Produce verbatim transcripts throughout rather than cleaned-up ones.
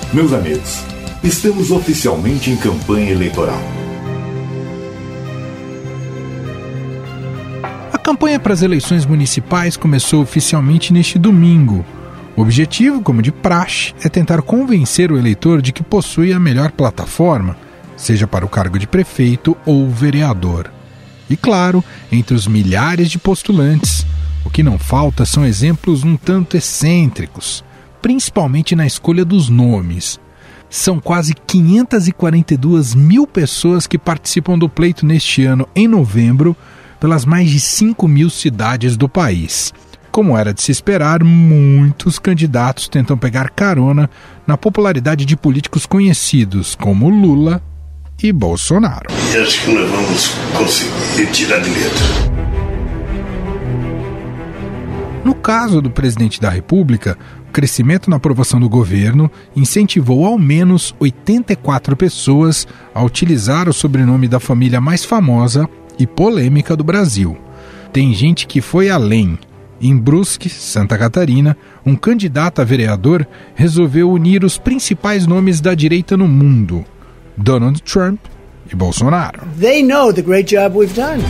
Meus amigos, estamos oficialmente em campanha eleitoral. A campanha para as eleições municipais começou oficialmente neste domingo. O objetivo, como de praxe, é tentar convencer o eleitor de que possui a melhor plataforma, seja para o cargo de prefeito ou vereador. E claro, entre os milhares de postulantes, o que não falta são exemplos um tanto excêntricos, principalmente na escolha dos nomes. São quase quinhentas e quarenta e duas mil pessoas que participam do pleito neste ano, em novembro, pelas mais de cinco mil cidades do país. Como era de se esperar, muitos candidatos tentam pegar carona na popularidade de políticos conhecidos como Lula e Bolsonaro. E acho que nós vamos conseguir tirar de letra. No caso do presidente da República, o crescimento na aprovação do governo incentivou ao menos oitenta e quatro pessoas a utilizar o sobrenome da família mais famosa e polêmica do Brasil. Tem gente que foi além. Em Brusque, Santa Catarina, um candidato a vereador resolveu unir os principais nomes da direita no mundo: Donald Trump e Bolsonaro. They know the great job we've done.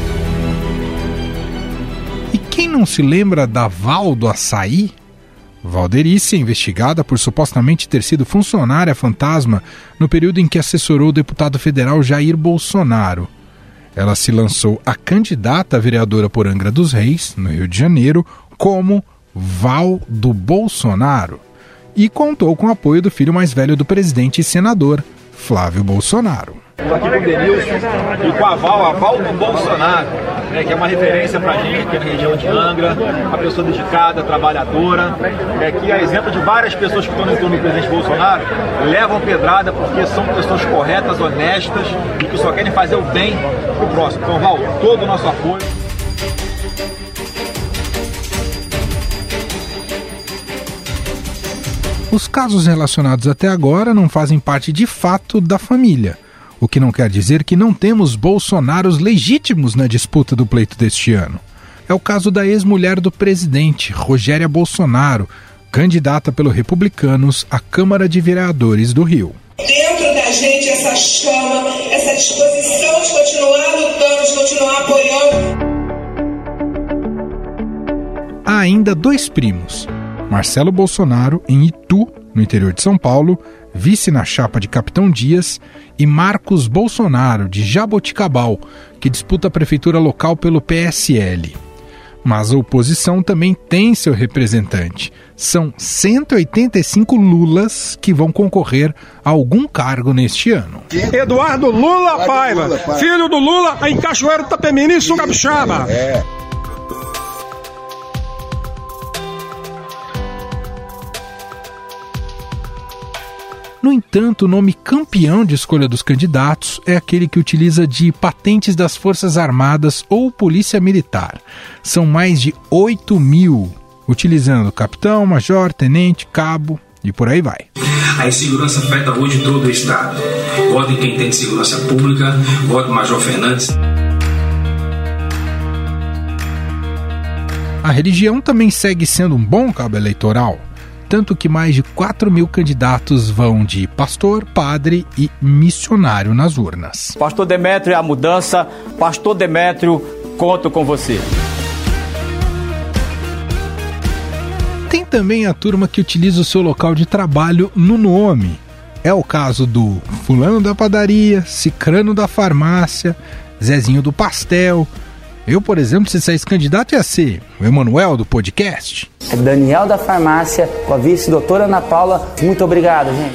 E quem não se lembra da Val do Açaí? Valderice é investigada por supostamente ter sido funcionária fantasma no período em que assessorou o deputado federal Jair Bolsonaro. Ela se lançou a candidata a vereadora por Angra dos Reis, no Rio de Janeiro, como Val do Bolsonaro, e contou com o apoio do filho mais velho do presidente e senador, Flávio Bolsonaro. Estou aqui com o Denilson e com a Val, a Val do Bolsonaro, né, que é uma referência para a gente aqui na região de Angra, uma pessoa dedicada, trabalhadora, é, que a exemplo de várias pessoas que estão no entorno do presidente Bolsonaro, levam pedrada porque são pessoas corretas, honestas e que só querem fazer o bem para o próximo. Então, Val, todo o nosso apoio. Os casos relacionados até agora não fazem parte de fato da família, o que não quer dizer que não temos Bolsonaros legítimos na disputa do pleito deste ano. É o caso da ex-mulher do presidente, Rogéria Bolsonaro, candidata pelo Republicanos à Câmara de Vereadores do Rio. Dentro da gente essa chama, essa disposição de continuar lutando, de continuar apoiando. Há ainda dois primos. Marcelo Bolsonaro, em Itu, no interior de São Paulo, vice na chapa de Capitão Dias, e Marcos Bolsonaro, de Jaboticabal, que disputa a prefeitura local pelo P S L. Mas a oposição também tem seu representante. São cento e oitenta e cinco Lulas que vão concorrer a algum cargo neste ano. Eduardo Lula Paiva, filho do Lula, em Cachoeiro Itapemirim, Sul Capixaba. É. No entanto, o nome campeão de escolha dos candidatos é aquele que utiliza de patentes das Forças Armadas ou Polícia Militar. São mais de oito mil, utilizando capitão, major, tenente, cabo e por aí vai. A insegurança afeta hoje todo o Estado. Voto em quem tem de segurança pública, voto no Major Fernandes. A religião também segue sendo um bom cabo eleitoral. Tanto que mais de quatro mil candidatos vão de pastor, padre e missionário nas urnas. Pastor Demétrio é a mudança, Pastor Demétrio, conto com você. Tem também a turma que utiliza o seu local de trabalho no nome. É o caso do fulano da padaria, cicrano da farmácia, Zezinho do pastel. Eu, por exemplo, se saísse candidato, ia ser o Emanuel do podcast. É Daniel da farmácia, com a vice-doutora Ana Paula. Muito obrigado, gente.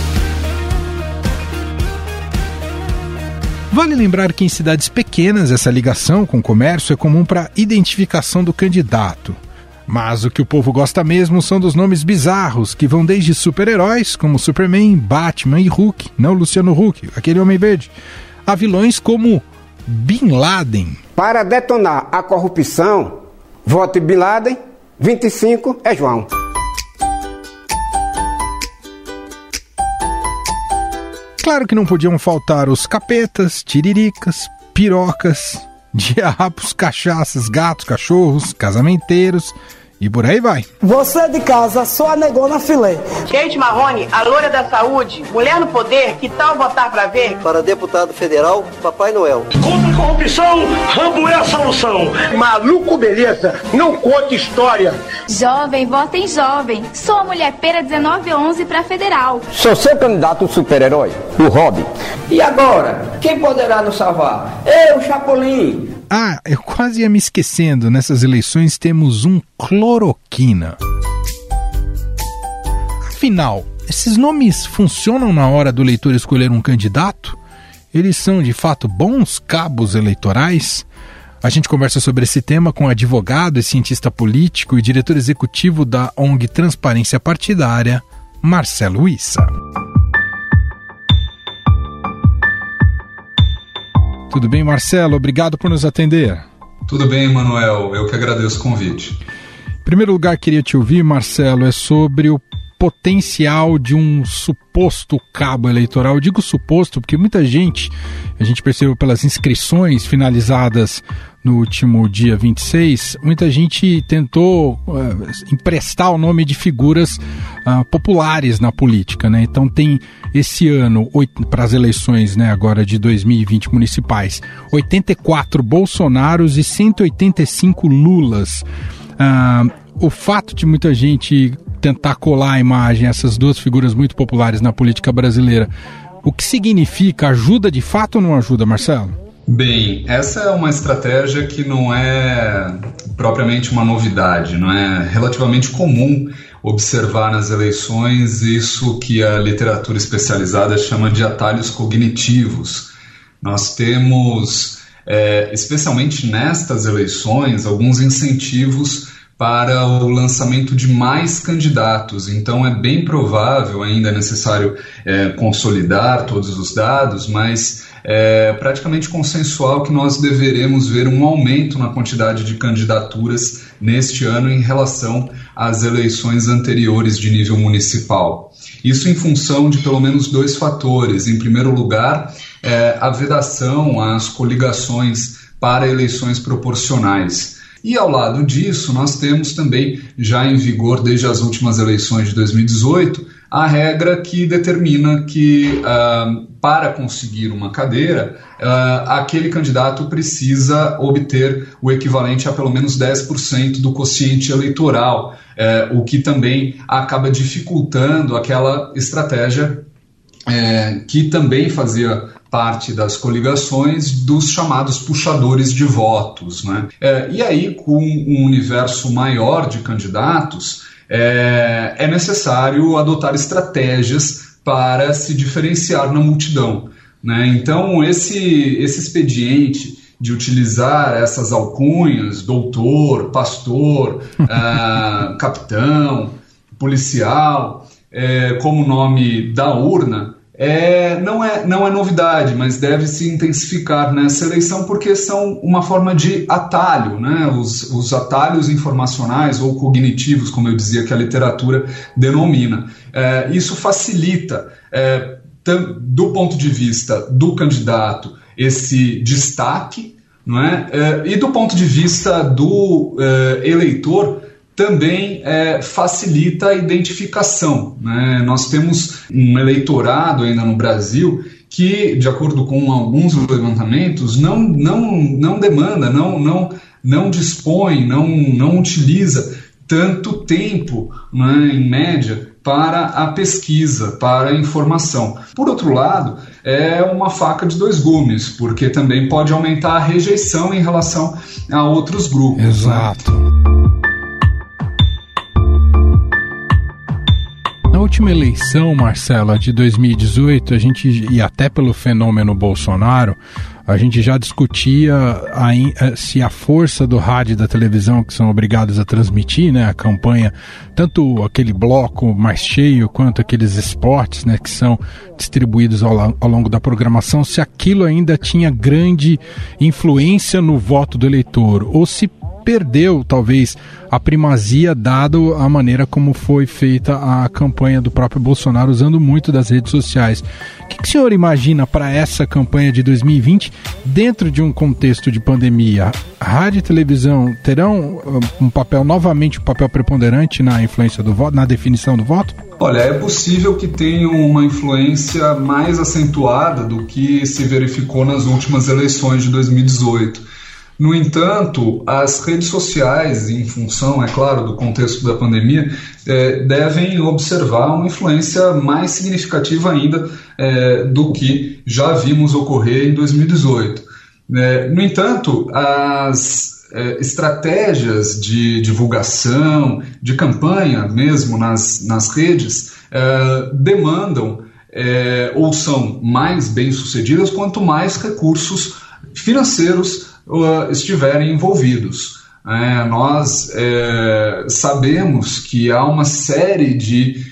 Vale lembrar que em cidades pequenas essa ligação com o comércio é comum para identificação do candidato. Mas o que o povo gosta mesmo são dos nomes bizarros, que vão desde super-heróis, como Superman, Batman e Hulk, não Luciano Huck, aquele homem verde, a vilões como Bin Laden. Para detonar a corrupção, vote Bin Laden, vinte e cinco é João. Claro que não podiam faltar os capetas, tiriricas, pirocas, diabos, cachaças, gatos, cachorros, casamenteiros E por aí vai. Você de casa, só a negona filé. Kate Marrone, a loira da saúde, mulher no poder, que tal votar pra ver? Para deputado federal, Papai Noel. Contra a corrupção, Rambo é a solução. Maluco, beleza, não conta história. Jovem, vota em jovem. Sou a mulher pera dezenove onze pra federal. Sou seu candidato super-herói, o Robin. E agora, quem poderá nos salvar? Eu, Chapolin. Ah, eu quase ia me esquecendo. Nessas eleições temos um cloroquina. Afinal, esses nomes funcionam na hora do eleitor escolher um candidato? Eles são, de fato, bons cabos eleitorais? A gente conversa sobre esse tema com advogado e cientista político e diretor executivo da O N G Transparência Partidária, Marcelo Issa. Tudo bem, Marcelo? Obrigado por nos atender. Tudo bem, Manuel. Eu que agradeço o convite. Em primeiro lugar, queria te ouvir, Marcelo, é sobre o potencial de um suposto cabo eleitoral. Eu digo suposto porque muita gente, a gente percebeu pelas inscrições finalizadas no último dia vinte e seis, muita gente tentou uh, emprestar o nome de figuras uh, populares na política, né? Então tem esse ano, para as eleições, né, agora de dois mil e vinte municipais, oitenta e quatro Bolsonaros e cento e oitenta e cinco Lulas. Uh, o fato de muita gente tentar colar a imagem, essas duas figuras muito populares na política brasileira, o que significa? Ajuda de fato ou não ajuda, Marcelo? Bem, essa é uma estratégia que não é propriamente uma novidade, não é relativamente comum observar nas eleições isso que a literatura especializada chama de atalhos cognitivos. Nós temos, é, especialmente nestas eleições, alguns incentivos para o lançamento de mais candidatos. Então é bem provável, ainda é necessário é, consolidar todos os dados, mas é praticamente consensual que nós deveremos ver um aumento na quantidade de candidaturas neste ano em relação às eleições anteriores de nível municipal. Isso em função de pelo menos dois fatores. Em primeiro lugar, é, a vedação às coligações para eleições proporcionais. E ao lado disso, nós temos também, já em vigor desde as últimas eleições de dois mil e dezoito, a regra que determina que, uh, para conseguir uma cadeira, uh, aquele candidato precisa obter o equivalente a pelo menos dez por cento do quociente eleitoral, uh, o que também acaba dificultando aquela estratégia uh, que também fazia parte das coligações dos chamados puxadores de votos, né? É, e aí, com um universo maior de candidatos, é, é necessário adotar estratégias para se diferenciar na multidão, né? Então, esse, esse expediente de utilizar essas alcunhas, doutor, pastor, uh, capitão, policial, é, como nome da urna, É, não, é, não é novidade, mas deve se intensificar nessa eleição porque são uma forma de atalho, né? Os, os atalhos informacionais ou cognitivos, como eu dizia que a literatura denomina. É, isso facilita, é, tam, do ponto de vista do candidato, esse destaque, não é? É, e do ponto de vista do é, eleitor, também é, facilita a identificação, né? Nós temos um eleitorado ainda no Brasil que, de acordo com alguns levantamentos, não, não, não demanda, não, não, não dispõe, não, não utiliza tanto tempo, né, em média, para a pesquisa, para a informação. Por outro lado, é uma faca de dois gumes, porque também pode aumentar a rejeição em relação a outros grupos. Exato. Né? Na última eleição, Marcela, de dois mil e dezoito, a gente, e até pelo fenômeno Bolsonaro, a gente já discutia a, se a força do rádio e da televisão, que são obrigados a transmitir, né, a campanha, tanto aquele bloco mais cheio quanto aqueles spots, né, que são distribuídos ao, ao longo da programação, se aquilo ainda tinha grande influência no voto do eleitor, ou se perdeu, talvez, a primazia dado a maneira como foi feita a campanha do próprio Bolsonaro, usando muito das redes sociais. O que, que o senhor imagina para essa campanha de dois mil e vinte, dentro de um contexto de pandemia? Rádio e televisão terão um papel, novamente, um papel preponderante na influência do voto, na definição do voto? Olha, é possível que tenham uma influência mais acentuada do que se verificou nas últimas eleições de dois mil e dezoito. No entanto, as redes sociais, em função, é claro, do contexto da pandemia, é, devem observar uma influência mais significativa ainda é, do que já vimos ocorrer em dois mil e dezoito. É, no entanto, as é, estratégias de divulgação, de campanha mesmo nas, nas redes, é, demandam é, ou são mais bem-sucedidas quanto mais recursos financeiros uh, estiverem envolvidos. É, nós é, sabemos que há uma série de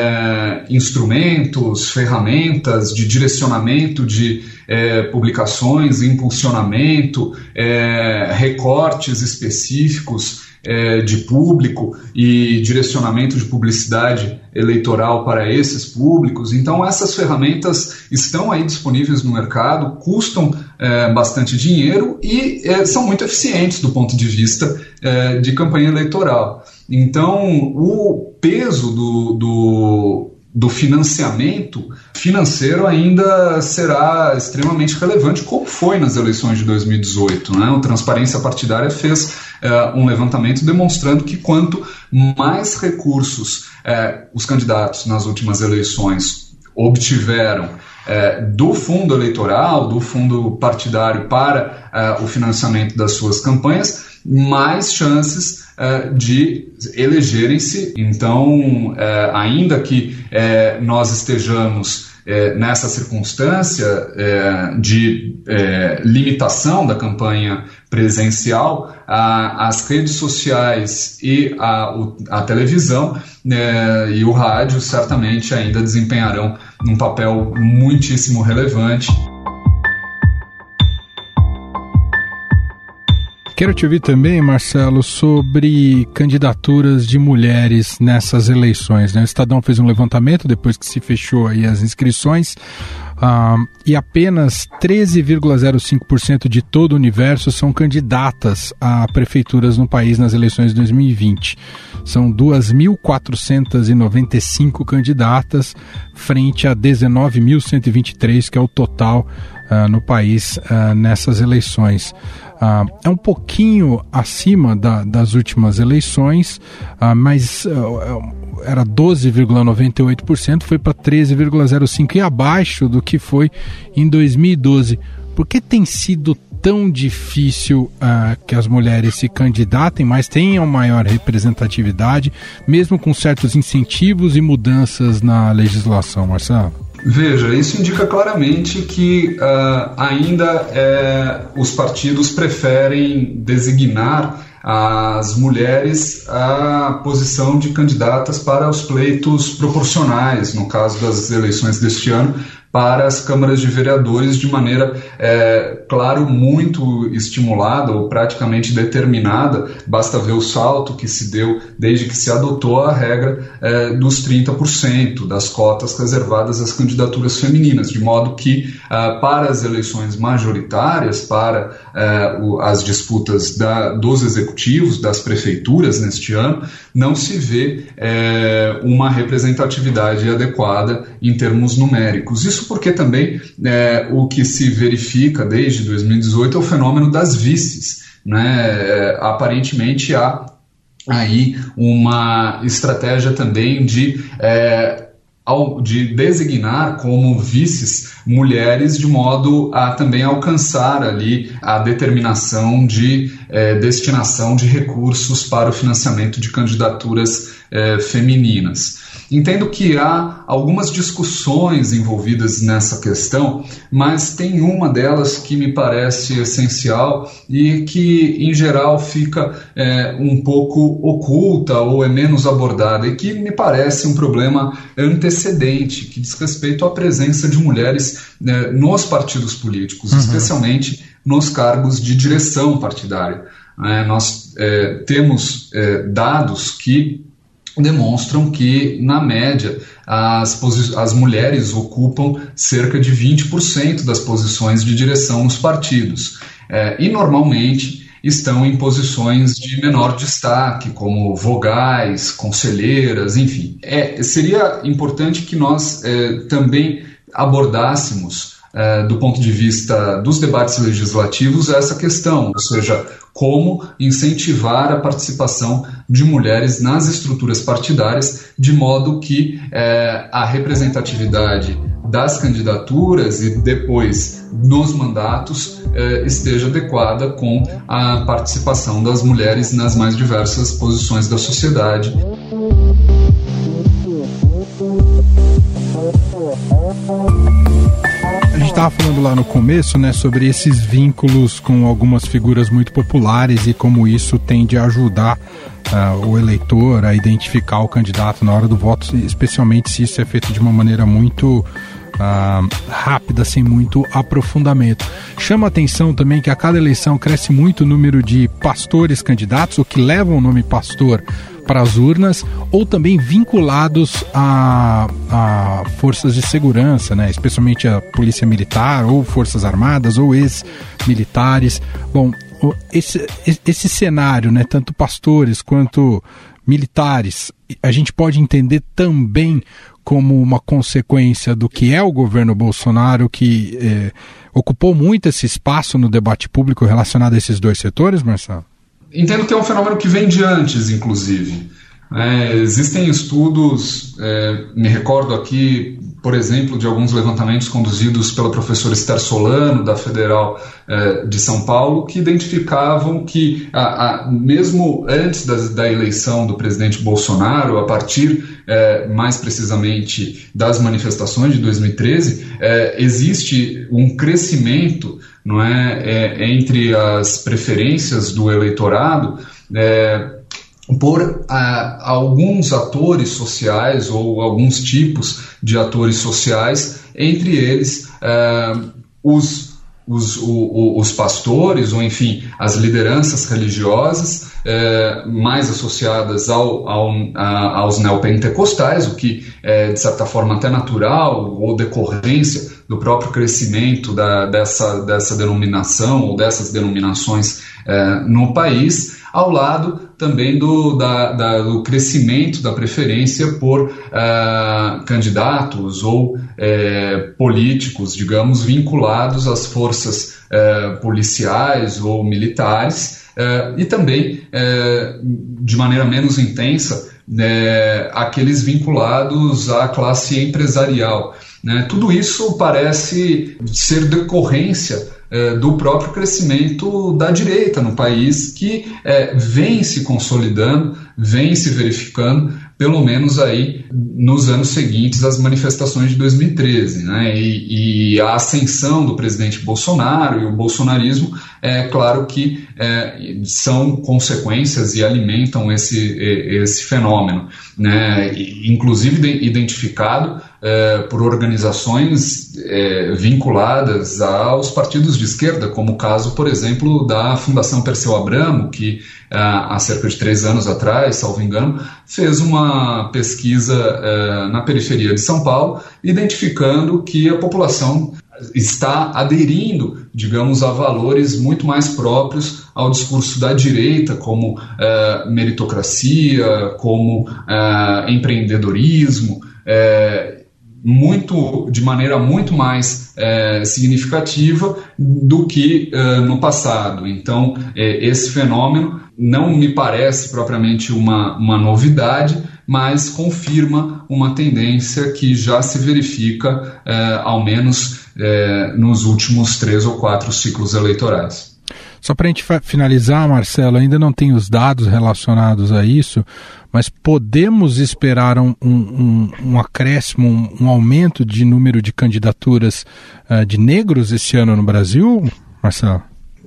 é, instrumentos, ferramentas de direcionamento de é, publicações, impulsionamento, é, recortes específicos é, de público e direcionamento de publicidade eleitoral para esses públicos. Então essas ferramentas estão aí disponíveis no mercado, custam é, bastante dinheiro e é, são muito eficientes do ponto de vista é, de campanha eleitoral. Então o peso do, do, do financiamento financeiro ainda será extremamente relevante, como foi nas eleições de dois mil e dezoito. Né? O Transparência Partidária fez é, um levantamento demonstrando que quanto mais recursos É, os candidatos nas últimas eleições obtiveram é, do fundo eleitoral, do fundo partidário para é, o financiamento das suas campanhas, mais chances é, de elegerem-se. Então, é, ainda que é, nós estejamos É, nessa circunstância é, de é, limitação da campanha presencial, a, as redes sociais e a, o, a televisão é, e o rádio certamente ainda desempenharão um papel muitíssimo relevante. Quero te ouvir também, Marcelo, sobre candidaturas de mulheres nessas eleições, né? O Estadão fez um levantamento depois que se fechou aí as inscrições uh, e apenas treze vírgula zero cinco por cento de todo o universo são candidatas a prefeituras no país nas eleições de dois mil e vinte. São duas mil quatrocentas e noventa e cinco candidatas frente a dezenove mil cento e vinte e três, que é o total uh, no país uh, nessas eleições. Uh, é um pouquinho acima da, das últimas eleições, uh, mas uh, era doze vírgula noventa e oito por cento, foi para treze vírgula zero cinco por cento e abaixo do que foi em dois mil e doze. Por que tem sido tão difícil uh, que as mulheres se candidatem, mas tenham maior representatividade, mesmo com certos incentivos e mudanças na legislação, Marcelo? Veja, isso indica claramente que uh, ainda é, os partidos preferem designar as mulheres à posição de candidatas para os pleitos proporcionais, no caso das eleições deste ano, para as câmaras de vereadores de maneira, é, claro, muito estimulada ou praticamente determinada. Basta ver o salto que se deu desde que se adotou a regra é, dos trinta por cento das cotas reservadas às candidaturas femininas, de modo que ah, para as eleições majoritárias, para é, o, as disputas da, dos executivos, das prefeituras neste ano, não se vê é, uma representatividade adequada em termos numéricos. Isso porque também é, o que se verifica desde dois mil e dezoito é o fenômeno das vices, né? É, aparentemente há aí uma estratégia também de, é, ao, de designar como vices mulheres de modo a também alcançar ali a determinação de é, destinação de recursos para o financiamento de candidaturas é, femininas. Entendo que há algumas discussões envolvidas nessa questão, mas tem uma delas que me parece essencial e que, em geral, fica é, um pouco oculta ou é menos abordada, e que me parece um problema antecedente, que diz respeito à presença de mulheres é, nos partidos políticos, uhum. especialmente nos cargos de direção partidária. É, nós é, temos é, dados que demonstram que, na média, as, as mulheres ocupam cerca de vinte por cento das posições de direção nos partidos. É, e, normalmente, estão em posições de menor destaque, como vogais, conselheiras, enfim. É, seria importante que nós é, também abordássemos, é, do ponto de vista dos debates legislativos, essa questão, ou seja, como incentivar a participação de mulheres nas estruturas partidárias, de modo que é, a representatividade das candidaturas e depois nos mandatos eh, esteja adequada com a participação das mulheres nas mais diversas posições da sociedade. A gente estava falando lá no começo, né, sobre esses vínculos com algumas figuras muito populares e como isso tende a ajudar uh, o eleitor a identificar o candidato na hora do voto, especialmente se isso é feito de uma maneira muito Uh, rápida, sem muito aprofundamento. Chama a atenção também que a cada eleição cresce muito o número de pastores candidatos, ou que levam o nome pastor para as urnas, ou também vinculados a, a forças de segurança, né? Especialmente a polícia militar, ou forças armadas, ou ex-militares. Bom, esse, esse cenário, né, tanto pastores quanto militares, a gente pode entender também como uma consequência do que é o governo Bolsonaro, que eh, ocupou muito esse espaço no debate público relacionado a esses dois setores, Marcelo? Entendo que é um fenômeno que vem de antes, inclusive. É, existem estudos, é, me recordo aqui, por exemplo, de alguns levantamentos conduzidos pela professora Esther Solano, da Federal é, de São Paulo, que identificavam que, a, a, mesmo antes da, da eleição do presidente Bolsonaro, a partir, é, mais precisamente, das manifestações de dois mil e treze, é, existe um crescimento, não é, é, entre as preferências do eleitorado, é, por ah, alguns atores sociais ou alguns tipos de atores sociais, entre eles ah, os, os, o, os pastores, ou enfim, as lideranças religiosas eh, mais associadas ao, ao, a, aos neopentecostais, o que é de certa forma até natural ou decorrência do próprio crescimento da, dessa, dessa denominação ou dessas denominações eh, no país, ao lado também do, da, da, do crescimento da preferência por uh, candidatos ou uh, políticos, digamos, vinculados às forças uh, policiais ou militares, uh, e também, uh, de maneira menos intensa, uh, aqueles vinculados à classe empresarial, né? Tudo isso parece ser decorrência do próprio crescimento da direita no país, que é, vem se consolidando, vem se verificando, pelo menos aí nos anos seguintes às manifestações de dois mil e treze, né? E, e a ascensão do presidente Bolsonaro e o bolsonarismo, é claro que é, são consequências e alimentam esse, esse fenômeno, né? Inclusive identificado é, por organizações é, vinculadas aos partidos de esquerda, como o caso, por exemplo, da Fundação Perseu Abramo, que há cerca de três anos atrás, salvo engano, fez uma pesquisa uh, na periferia de São Paulo, identificando que a população está aderindo, digamos, a valores muito mais próprios ao discurso da direita, como uh, meritocracia, como uh, empreendedorismo, uh, muito, de maneira muito mais é, significativa do que é, no passado. Então, é, esse fenômeno não me parece propriamente uma, uma novidade, mas confirma uma tendência que já se verifica, é, ao menos é, nos últimos três ou quatro ciclos eleitorais. Só para a gente finalizar, Marcelo, ainda não tem os dados relacionados a isso, mas podemos esperar um, um, um acréscimo, um, um aumento de número de candidaturas uh, de negros esse ano no Brasil, Marcelo?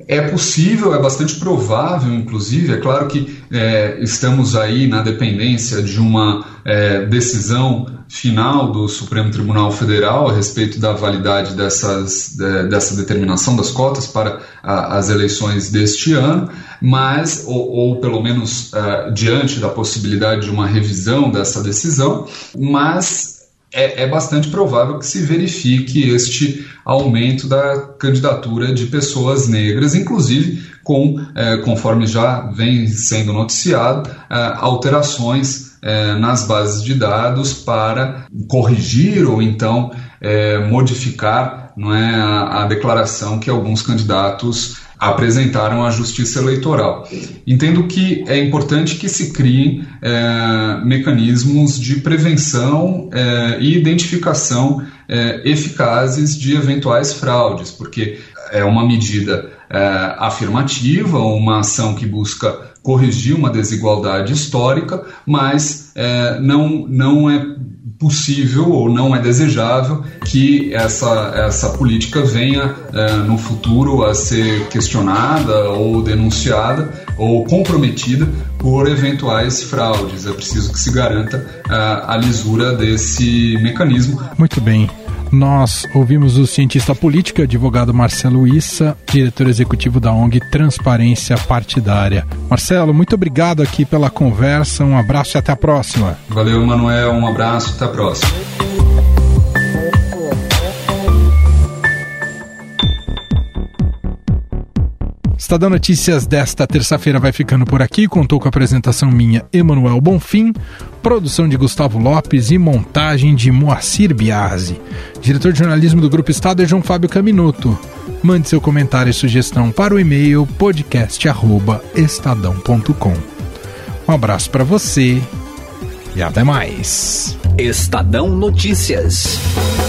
É possível, é bastante provável, inclusive, é claro que é, estamos aí na dependência de uma é, decisão final do Supremo Tribunal Federal a respeito da validade dessas, de, dessa determinação das cotas para a, as eleições deste ano, mas, ou, ou pelo menos uh, diante da possibilidade de uma revisão dessa decisão, mas é, é bastante provável que se verifique este aumento da candidatura de pessoas negras, inclusive com, eh, conforme já vem sendo noticiado, eh, alterações eh, nas bases de dados para corrigir ou então eh, modificar, não é, a, a declaração que alguns candidatos apresentaram à Justiça Eleitoral. Entendo que é importante que se criem é, mecanismos de prevenção é, e identificação é, eficazes de eventuais fraudes, porque é uma medida é, afirmativa, uma ação que busca corrigir uma desigualdade histórica, mas é, não, não é possível ou não é desejável que essa, essa política venha é, no futuro a ser questionada ou denunciada ou comprometida por eventuais fraudes. É preciso que se garanta a, a lisura desse mecanismo. Muito bem. Nós ouvimos o cientista político e advogado Marcelo Issa, diretor executivo da O N G Transparência Partidária. Marcelo, muito obrigado aqui pela conversa, um abraço e até a próxima. Valeu, Manuel, um abraço, até a próxima. Estadão Notícias desta terça-feira vai ficando por aqui. Contou com a apresentação minha, Emanuel Bonfim, produção de Gustavo Lopes e montagem de Moacir Biasi. Diretor de jornalismo do Grupo Estado é João Fábio Caminuto. Mande seu comentário e sugestão para o e-mail podcast arroba estadão ponto com. Um abraço para você e até mais. Estadão Notícias.